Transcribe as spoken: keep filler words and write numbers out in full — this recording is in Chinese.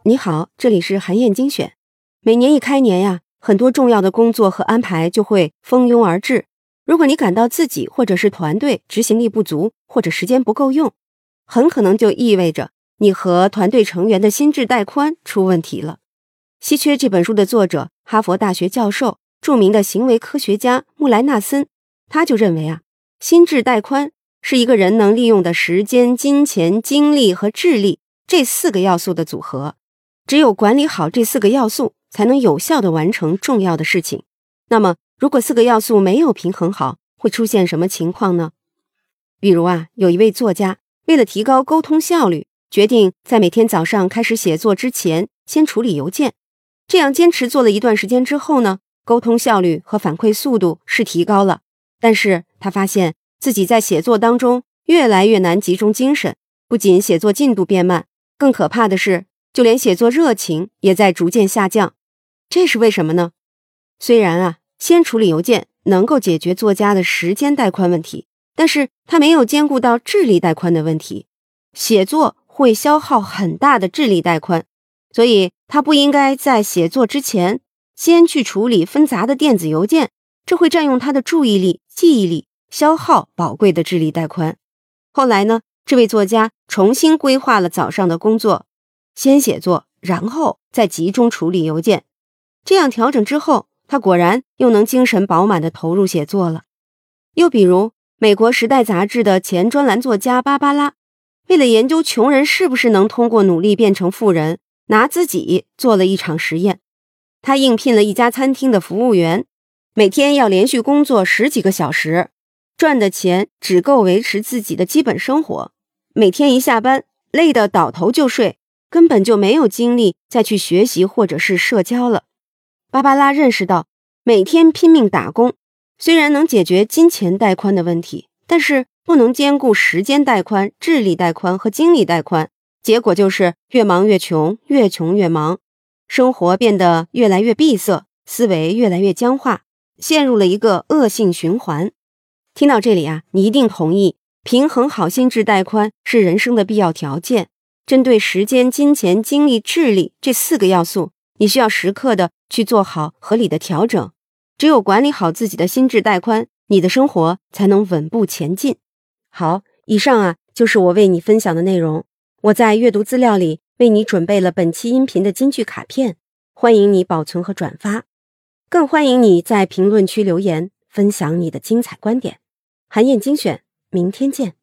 你好，这里是韩燕精选。每年一开年呀，很多重要的工作和安排就会蜂拥而至。如果你感到自己或者是团队执行力不足，或者时间不够用，很可能就意味着你和团队成员的心智带宽出问题了。稀缺这本书的作者，哈佛大学教授、著名的行为科学家穆莱纳森，他就认为啊，心智带宽是一个人能利用的时间、金钱、精力和智力这四个要素的组合。只有管理好这四个要素，才能有效地完成重要的事情。那么，如果四个要素没有平衡好，会出现什么情况呢？比如啊，有一位作家为了提高沟通效率，决定在每天早上开始写作之前先处理邮件。这样坚持做了一段时间之后呢，沟通效率和反馈速度是提高了，但是他发现自己在写作当中越来越难集中精神，不仅写作进度变慢，更可怕的是，就连写作热情也在逐渐下降。这是为什么呢？虽然啊，先处理邮件能够解决作家的时间带宽问题，但是他没有兼顾到智力带宽的问题。写作会消耗很大的智力带宽，所以他不应该在写作之前先去处理纷杂的电子邮件，这会占用他的注意力、记忆力，消耗宝贵的智力带宽。后来呢，这位作家重新规划了早上的工作，先写作，然后再集中处理邮件。这样调整之后，他果然又能精神饱满地投入写作了。又比如，美国《时代》杂志的前专栏作家芭芭拉，为了研究穷人是不是能通过努力变成富人，拿自己做了一场实验。他应聘了一家餐厅的服务员，每天要连续工作十几个小时，赚的钱只够维持自己的基本生活。每天一下班，累得倒头就睡，根本就没有精力再去学习或者是社交了。芭芭拉认识到，每天拼命打工，虽然能解决金钱带宽的问题，但是不能兼顾时间带宽、智力带宽和精力带宽，结果就是越忙越穷，越穷越忙，生活变得越来越闭塞，思维越来越僵化，陷入了一个恶性循环。听到这里啊，你一定同意，平衡好心智带宽是人生的必要条件。针对时间、金钱、精力、智力这四个要素，你需要时刻的去做好合理的调整。只有管理好自己的心智带宽，你的生活才能稳步前进。好，以上啊就是我为你分享的内容。我在阅读资料里为你准备了本期音频的金句卡片，欢迎你保存和转发，更欢迎你在评论区留言分享你的精彩观点。韩燕精选，明天见。